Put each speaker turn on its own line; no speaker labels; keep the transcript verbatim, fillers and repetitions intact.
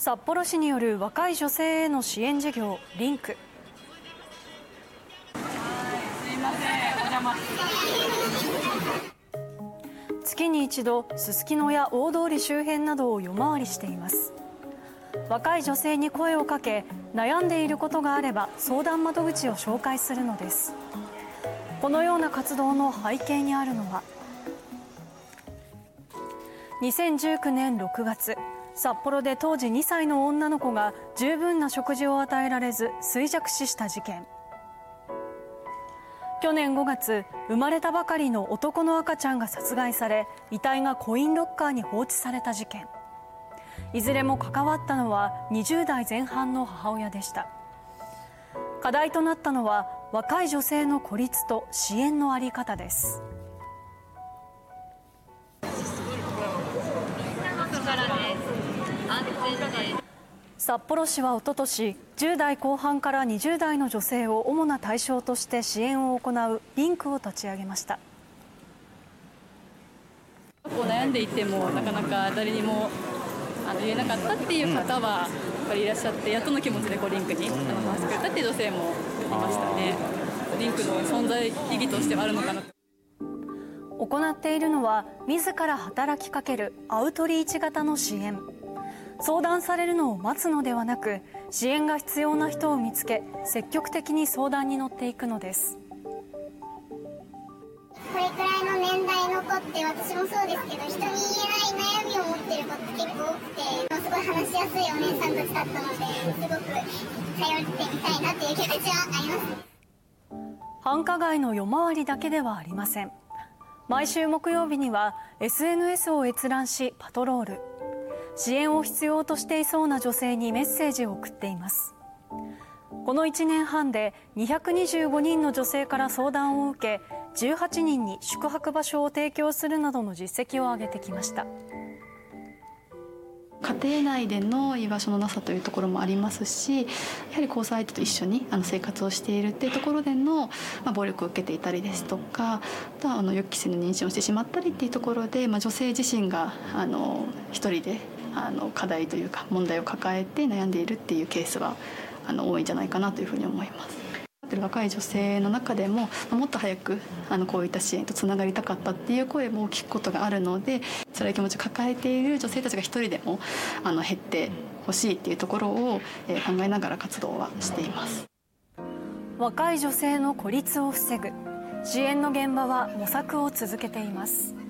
札幌市による若い女性への支援事業リンク。
すいません、お邪魔。
月に一度、すすきのや大通り周辺などを夜回りしています。若い女性に声をかけ、悩んでいることがあれば相談窓口を紹介するのです。このような活動の背景にあるのは、にせんじゅうきゅうねんろくがつ、札幌で当時にさいの女の子が十分な食事を与えられず衰弱死した事件。去年ごがつ、生まれたばかりの男の赤ちゃんが殺害され、遺体がコインロッカーに放置された事件。いずれも関わったのはにじゅうだいぜん半の母親でした。課題となったのは若い女性の孤立と支援の在り方です。札幌市はおととし、じゅうだいこう半からにじゅうだいの女性を主な対象として支援を行うリンクを立ち上げました。
悩んでいてもなかなか誰にもあの言えなかったっていう方はやっぱりいらっしゃって、やっとの気持ちでこうリンクにあの話してくれたっていう女性もいましたね。リンクの存在意義としてはあるのかなと。
行っているのは自ら働きかけるアウトリーチ型の支援。相談されるのを待つのではなく、支援が必要な人を見つけ、積極的に相談に乗っていくのです。
これくらいの年代の子って、私もそうですけど、人に言えない悩みを持ってる子って結構多くて、すごい話しやすいお姉さんたちだったので、すごく頼ってみたいなっていう気持ちはあります。
繁華街の夜回りだけではありません。毎週木曜日には エスエヌエス を閲覧しパトロール。支援を必要としていそうな女性にメッセージを送っています。このいちねんはんでにひゃくにじゅうごにんの女性から相談を受け、じゅうはちにんに宿泊場所を提供するなどの実績を上げてきました。
家庭内での居場所のなさというところもありますし、やはり交際相手と一緒にあの生活をしているっていうところでの、まあ、暴力を受けていたりですとか、あとはあの予期せぬ妊娠をしてしまったりっていうところで、まあ、女性自身があの一人であの課題というか問題を抱えて悩んでいるっていうケースはあの多いんじゃないかなというふうに思います。若い女性の中でももっと早くあのこういった支援とつながりたかったっていう声も聞くことがあるので、辛い気持ちを抱えている女性たちが一人でもあの減ってほしいっていうところを考えながら活動はしています。
若い女性の孤立を防ぐ支援の現場は模索を続けています。